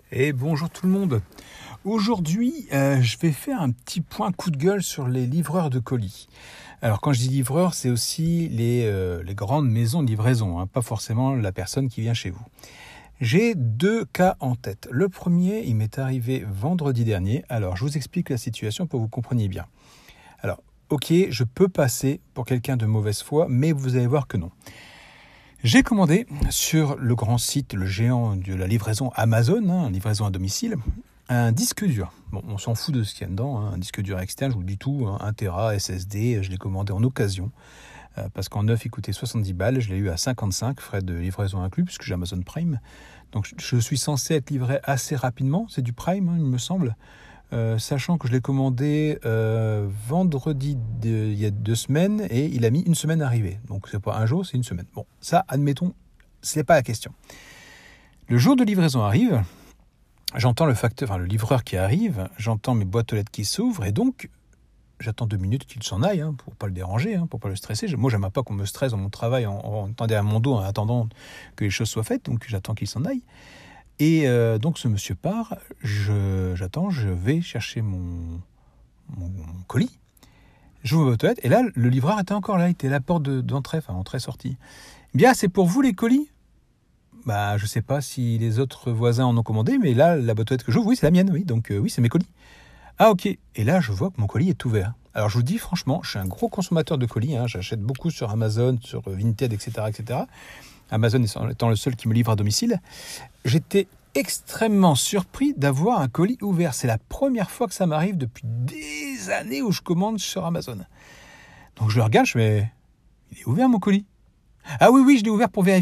Et bonjour tout le monde. Aujourd'hui, je vais faire un petit point coup de gueule sur les livreurs de colis. Alors quand je dis livreur, c'est aussi les grandes maisons de livraison, pas forcément la personne qui vient chez vous. J'ai deux cas en tête. Le premier, il m'est arrivé vendredi dernier. Alors je vous explique la situation pour que vous compreniez bien. Alors, ok, je peux passer pour quelqu'un de mauvaise foi, mais vous allez voir que non. J'ai commandé sur le grand site, le géant de la livraison Amazon, livraison à domicile, un disque dur. Bon, on s'en fout de ce qu'il y a dedans, un disque dur externe, je vous le dis tout, 1 Tera SSD, je l'ai commandé en occasion, parce qu'en neuf il coûtait 70 balles, je l'ai eu à 55, frais de livraison inclus, puisque j'ai Amazon Prime. Donc je suis censé être livré assez rapidement, c'est du Prime, il me semble. Sachant que je l'ai commandé vendredi il y a 2 semaines et il a mis 1 semaine à arriver. Donc c'est pas un jour, c'est 1 semaine. Bon, ça, admettons, ce n'est pas la question. Le jour de livraison arrive, j'entends le livreur qui arrive, j'entends mes boîtes aux lettres qui s'ouvrent et donc j'attends 2 minutes qu'il s'en aille pour pas le déranger, pour pas le stresser. Moi, j'aime pas qu'on me stresse dans mon travail en étant derrière mon dos en attendant que les choses soient faites, donc j'attends qu'il s'en aille. Et donc ce monsieur part, j'attends, je vais chercher mon colis, j'ouvre ma boîte aux lettres, et là, le livreur était encore là, il était à la porte d'entrée, entrée-sortie. Bien, c'est pour vous les colis ? Je sais pas si les autres voisins en ont commandé, mais là, la boîte aux lettres que j'ouvre, oui, c'est la mienne, oui, donc oui, c'est mes colis. Ah, ok, et là, je vois que mon colis est ouvert. Alors, je vous dis, franchement, je suis un gros consommateur de colis, j'achète beaucoup sur Amazon, sur Vinted, etc., etc., Amazon étant le seul qui me livre à domicile, j'étais extrêmement surpris d'avoir un colis ouvert. C'est la première fois que ça m'arrive depuis des années où je commande sur Amazon. Donc je le regarde, je fais « Il est ouvert mon colis ?» « Ah oui, je l'ai ouvert pour vérifier. »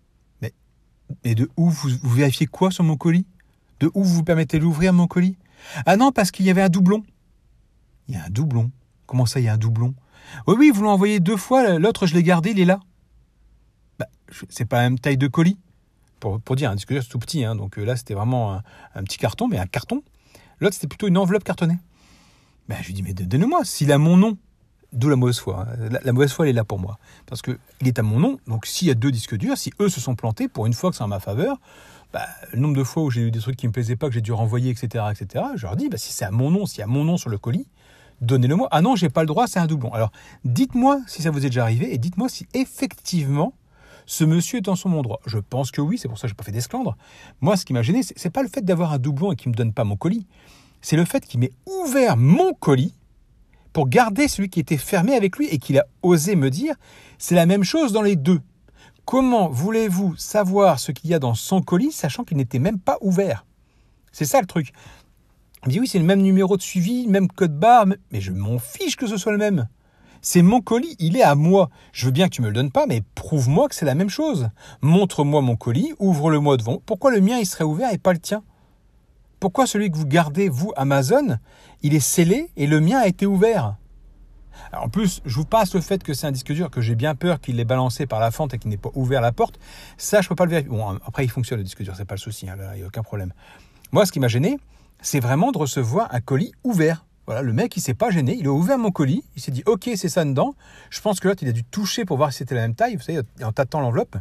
Mais de où vous vérifiez quoi sur mon colis ? De où vous permettez d'ouvrir mon colis ? Ah non, parce qu'il y avait un doublon. Il y a un doublon. Comment ça, il y a un doublon ? Oui, vous l'avez envoyé 2 fois, l'autre je l'ai gardé, il est là. C'est pas la même taille de colis. Pour dire, un disque dur c'est tout petit, donc là c'était vraiment un petit carton, mais un carton. L'autre c'était plutôt une enveloppe cartonnée. Je lui dis, mais donnez-moi, s'il a mon nom, d'où la mauvaise foi. La mauvaise foi elle est là pour moi. Parce qu'il est à mon nom, donc s'il y a 2 disques durs, si eux se sont plantés, pour une fois que c'est en ma faveur, le nombre de fois où j'ai eu des trucs qui me plaisaient pas, que j'ai dû renvoyer, etc., je leur dis, si c'est à mon nom, s'il y a mon nom sur le colis, donnez-le-moi. Ah non, j'ai pas le droit, c'est un doublon. Alors, dites-moi si ça vous est déjà arrivé, et dites-moi si effectivement, ce monsieur est en son bon droit. Je pense que oui, c'est pour ça que je n'ai pas fait d'esclandre. Moi, ce qui m'a gêné, c'est pas le fait d'avoir un doublon et qu'il ne me donne pas mon colis. C'est le fait qu'il m'ait ouvert mon colis pour garder celui qui était fermé avec lui et qu'il a osé me dire, c'est la même chose dans les deux. Comment voulez-vous savoir ce qu'il y a dans son colis, sachant qu'il n'était même pas ouvert ? C'est ça le truc. Il me dit, oui, c'est le même numéro de suivi, même code barre, mais je m'en fiche que ce soit le même. C'est mon colis, il est à moi. Je veux bien que tu me le donnes pas, mais prouve-moi que c'est la même chose. Montre-moi mon colis, ouvre-le-moi devant. Pourquoi le mien, il serait ouvert et pas le tien ? Pourquoi celui que vous gardez, vous, Amazon, il est scellé et le mien a été ouvert ? Alors, en plus, je vous passe le fait que c'est un disque dur, que j'ai bien peur qu'il l'ait balancé par la fente et qu'il n'ait pas ouvert la porte. Ça, je peux pas le vérifier. Bon, après, il fonctionne le disque dur, c'est pas le souci, là, il n'y a aucun problème. Moi, ce qui m'a gêné, c'est vraiment de recevoir un colis ouvert. Voilà, le mec, il s'est pas gêné, il a ouvert mon colis, il s'est dit, ok, c'est ça dedans. Je pense que l'autre, il a dû toucher pour voir si c'était la même taille, vous savez, en tâtant l'enveloppe.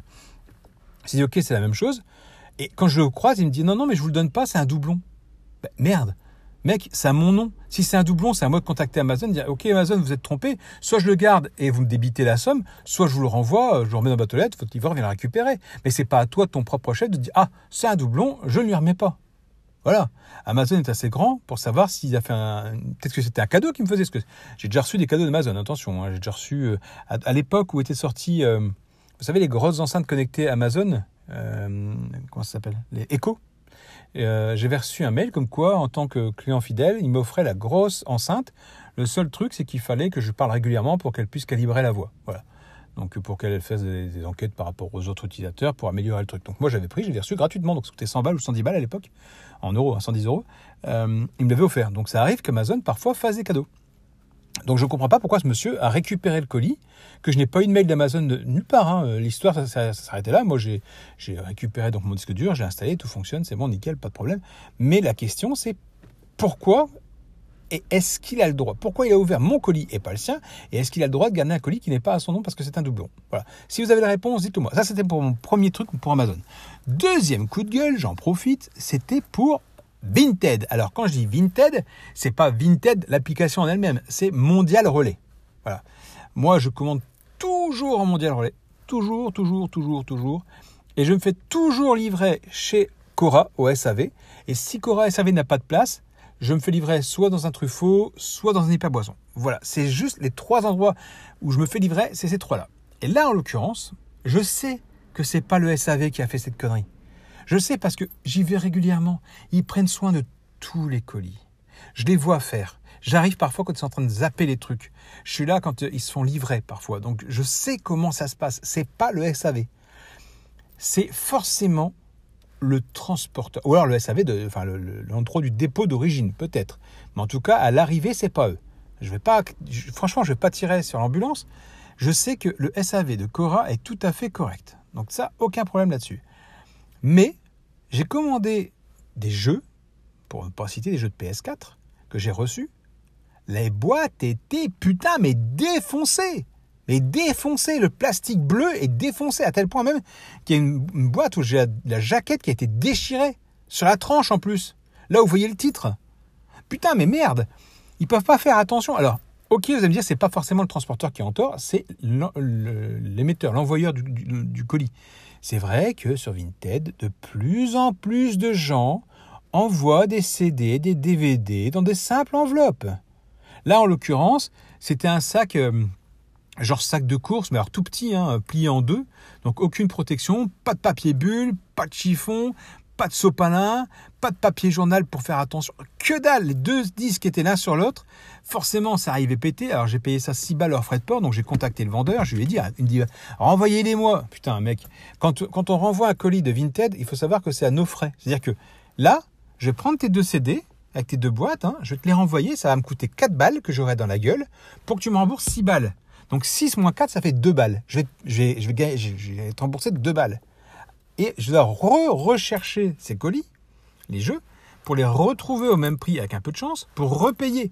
Il s'est dit, ok, c'est la même chose. Et quand je le croise, il me dit, non, mais je vous le donne pas, c'est un doublon. Merde, mec, c'est à mon nom. Si c'est un doublon, c'est à moi de contacter Amazon, de dire, ok, Amazon, vous êtes trompé, soit je le garde et vous me débitez la somme, soit je vous le renvoie, je le remets dans ma boîte aux lettres, votre livreur vient le récupérer. Mais c'est pas à toi, de ton propre chef, de dire, ah, c'est un doublon, je ne lui remets pas. Voilà, Amazon est assez grand pour savoir s'il a fait peut-être que c'était un cadeau qu'il me faisait. Parce que j'ai déjà reçu des cadeaux d'Amazon, attention. J'ai déjà reçu, à l'époque où étaient sortis, vous savez, les grosses enceintes connectées Amazon, comment ça s'appelle ? Les Echo. J'avais reçu un mail comme quoi, en tant que client fidèle, il m'offrait la grosse enceinte. Le seul truc, c'est qu'il fallait que je parle régulièrement pour qu'elle puisse calibrer la voix. Voilà. Donc pour qu'elle fasse des enquêtes par rapport aux autres utilisateurs pour améliorer le truc. Donc moi j'avais reçu gratuitement, donc c'était 100 balles ou 110 balles à l'époque, en euros, 110 euros. Il me l'avait offert. Donc ça arrive qu'Amazon parfois fasse des cadeaux. Donc je ne comprends pas pourquoi ce monsieur a récupéré le colis, que je n'ai pas eu de mail d'Amazon nulle part. L'histoire ça s'arrêtait là. Moi j'ai récupéré donc mon disque dur, j'ai installé, tout fonctionne, c'est bon, nickel, pas de problème. Mais la question c'est pourquoi et est-ce qu'il a le droit? Pourquoi il a ouvert mon colis et pas le sien? Et est-ce qu'il a le droit de garder un colis qui n'est pas à son nom parce que c'est un doublon? Voilà. Si vous avez la réponse, dites-le moi. Ça, c'était pour mon premier truc pour Amazon. Deuxième coup de gueule, j'en profite, c'était pour Vinted. Alors, quand je dis Vinted, c'est pas Vinted l'application en elle-même, c'est Mondial Relais. Voilà. Moi, je commande toujours en Mondial Relais. Toujours. Et je me fais toujours livrer chez Cora au SAV. Et si Cora SAV n'a pas de place, je me fais livrer soit dans un Truffaut, soit dans un Hyperboisson. Voilà, c'est juste les 3 endroits où je me fais livrer, c'est ces 3-là. Et là, en l'occurrence, je sais que c'est pas le SAV qui a fait cette connerie. Je sais parce que j'y vais régulièrement. Ils prennent soin de tous les colis. Je les vois faire. J'arrive parfois quand ils sont en train de zapper les trucs. Je suis là quand ils se font livrer parfois. Donc, je sais comment ça se passe. C'est pas le SAV. C'est forcément le transporteur. Ou alors le SAV, l'endroit du dépôt d'origine, peut-être. Mais en tout cas, à l'arrivée, c'est pas eux. Franchement, je vais pas tirer sur l'ambulance. Je sais que le SAV de Cora est tout à fait correct. Donc ça, aucun problème là-dessus. Mais j'ai commandé des jeux, pour ne pas citer des jeux de PS4, que j'ai reçus. Les boîtes étaient mais défoncées. Mais défoncées. Le plastique bleu est défoncé à tel point même qu'il y a une boîte où j'ai la jaquette qui a été déchirée. Sur la tranche en plus. Là où vous voyez le titre. Putain, mais merde. Ils peuvent pas faire attention. Alors, ok, vous allez me dire, c'est pas forcément le transporteur qui est en tort, c'est l'émetteur, l'envoyeur du colis. C'est vrai que sur Vinted, de plus en plus de gens envoient des CD, des DVD dans des simples enveloppes. Là, en l'occurrence, c'était un sac, genre sac de course, mais alors tout petit, plié en 2. Donc, aucune protection, pas de papier bulle, pas de chiffon, pas de sopalin, pas de papier journal pour faire attention. Que dalle, les 2 disques étaient l'un sur l'autre. Forcément, ça arrivait pété. Alors, j'ai payé ça 6 balles hors frais de port. Donc, j'ai contacté le vendeur. Je lui ai dit, il me dit, renvoyez-les-moi. Putain, mec, quand on renvoie un colis de Vinted, il faut savoir que c'est à nos frais. C'est-à-dire que là, je vais prendre tes 2 CD avec tes 2 boîtes. Je vais te les renvoyer. Ça va me coûter 4 balles que j'aurai dans la gueule pour que tu me rembourses 6 balles. Donc, 6 moins 4, ça fait 2 balles. Je vais te rembourser de 2 balles. Et je dois rechercher ces colis, les jeux, pour les retrouver au même prix avec un peu de chance, pour repayer.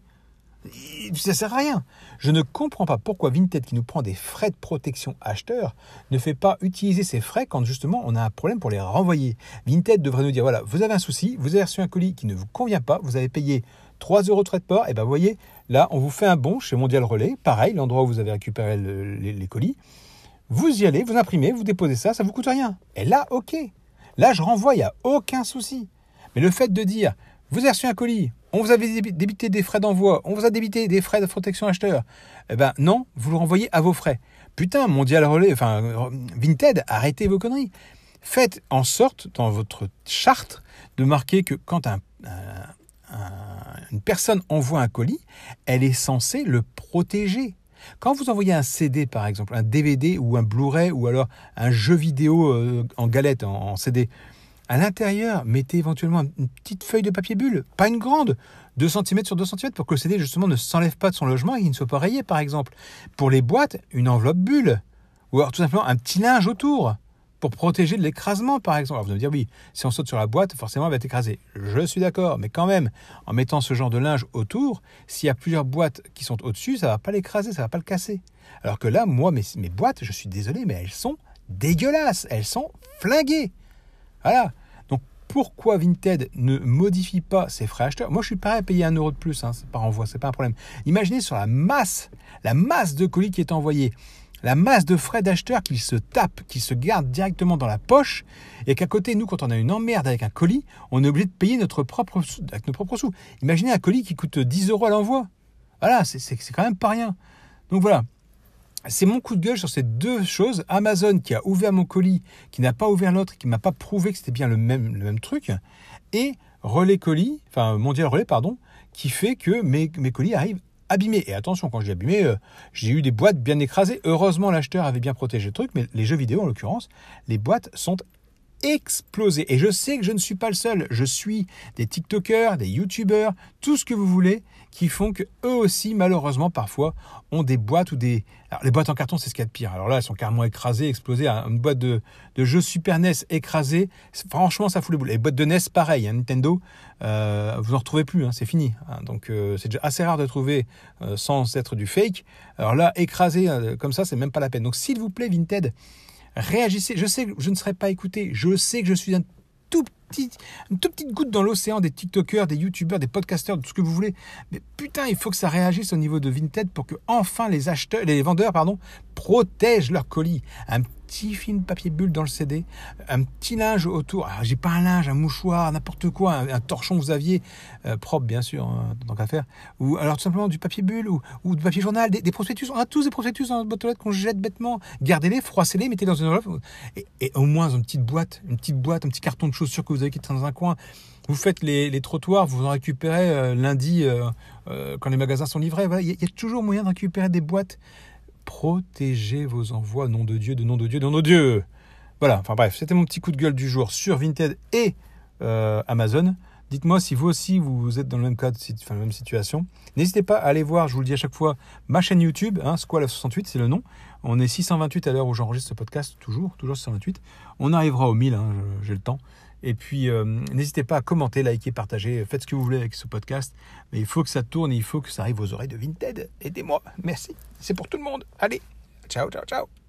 Ça sert à rien. Je ne comprends pas pourquoi Vinted, qui nous prend des frais de protection acheteurs, ne fait pas utiliser ces frais quand justement on a un problème pour les renvoyer. Vinted devrait nous dire, voilà, vous avez un souci, vous avez reçu un colis qui ne vous convient pas, vous avez payé 3 € de frais de port, et ben vous voyez, là, on vous fait un bon chez Mondial Relais, pareil, l'endroit où vous avez récupéré les colis. Vous y allez, vous imprimez, vous déposez ça, ça vous coûte rien. Et là, ok. Là, je renvoie, il n'y a aucun souci. Mais le fait de dire, vous avez reçu un colis, on vous avait débité des frais d'envoi, on vous a débité des frais de protection acheteur. Eh ben non, vous le renvoyez à vos frais. Putain, Mondial Relais, Vinted, arrêtez vos conneries. Faites en sorte, dans votre charte, de marquer que quand une personne envoie un colis, elle est censée le protéger. Quand vous envoyez un CD, par exemple, un DVD ou un Blu-ray ou alors un jeu vidéo en galette, en CD, à l'intérieur, mettez éventuellement une petite feuille de papier bulle, pas une grande, 2 cm sur 2 cm, pour que le CD justement ne s'enlève pas de son logement et qu'il ne soit pas rayé, par exemple. Pour les boîtes, une enveloppe bulle. Ou alors tout simplement un petit linge autour, pour protéger de l'écrasement, par exemple. Alors vous allez me dire, oui, si on saute sur la boîte, forcément elle va être écrasée. Je suis d'accord, mais quand même, en mettant ce genre de linge autour, s'il y a plusieurs boîtes qui sont au-dessus, ça ne va pas l'écraser, ça ne va pas le casser. Alors que là, moi, mes boîtes, je suis désolé, mais elles sont dégueulasses, elles sont flinguées. Voilà. Donc, pourquoi Vinted ne modifie pas ses frais acheteurs? Moi, je suis prêt à payer 1 € de plus, par envoi, c'est pas un problème. Imaginez sur la masse de colis qui est envoyée, la masse de frais d'acheteur qu'ils se tapent, qu'ils se gardent directement dans la poche, et qu'à côté, nous, quand on a une emmerde avec un colis, on est obligé de payer avec nos propres sous. Imaginez un colis qui coûte 10 € à l'envoi. Voilà, c'est quand même pas rien. Donc voilà, c'est mon coup de gueule sur ces 2 choses. Amazon qui a ouvert mon colis, qui n'a pas ouvert l'autre, qui ne m'a pas prouvé que c'était bien le même truc, et Mondial Relais, qui fait que mes colis arrivent abîmé. Et attention, quand je dis abîmé, j'ai eu des boîtes bien écrasées. Heureusement, l'acheteur avait bien protégé le truc, mais les jeux vidéo, en l'occurrence, les boîtes sont explosé. Et je sais que je ne suis pas le seul. Je suis des TikTokers, des YouTubers, tout ce que vous voulez, qui font que eux aussi, malheureusement, parfois, ont des boîtes ou des... Alors, les boîtes en carton, c'est ce qu'il y a de pire. Alors là, elles sont carrément écrasées, explosées. Une boîte de jeux Super NES écrasée, franchement, ça fout les boules. Les boîtes de NES, pareil. Nintendo, vous n'en retrouvez plus, c'est fini. Donc, c'est déjà assez rare de trouver sans être du fake. Alors là, écrasé comme ça, c'est même pas la peine. Donc, s'il vous plaît, Vinted, réagissez. Je sais que je ne serai pas écouté. Je sais que je suis une toute petite goutte dans l'océan des TikTokers, des YouTubers, des podcasters, tout ce que vous voulez. Mais putain, il faut que ça réagisse au niveau de Vinted pour que enfin les vendeurs, protègent leurs colis. Un petit film papier bulle dans le CD, un petit linge autour. Alors, j'ai pas un linge, un mouchoir, n'importe quoi, un torchon que vous aviez, propre bien sûr, tant qu'à faire. Ou alors tout simplement du papier bulle ou du papier journal, des prospectus. On a tous des prospectus dans notre boîte aux lettres qu'on jette bêtement. Gardez-les, froissez-les, mettez-les dans une enveloppe. Et au moins une petite boîte, un petit carton de chaussures que vous avez qui traîne dans un coin. Vous faites les trottoirs, vous en récupérez lundi quand les magasins sont livrés. Voilà, il y a toujours moyen de récupérer des boîtes. Protégez vos envois, nom de Dieu, de nom de Dieu, de nom de Dieu. Voilà, enfin bref, c'était mon petit coup de gueule du jour sur Vinted et Amazon. Dites-moi si vous aussi vous êtes dans le même cas, la même situation. N'hésitez pas à aller voir, je vous le dis à chaque fois, ma chaîne YouTube, Squall68, c'est le nom. On est 628 à l'heure où j'enregistre ce podcast, toujours 628. On arrivera aux 1000, j'ai le temps. Et puis, n'hésitez pas à commenter, liker, partager. Faites ce que vous voulez avec ce podcast. Mais il faut que ça tourne et il faut que ça arrive aux oreilles de Vinted. Aidez-moi. Merci. C'est pour tout le monde. Allez. Ciao, ciao, ciao.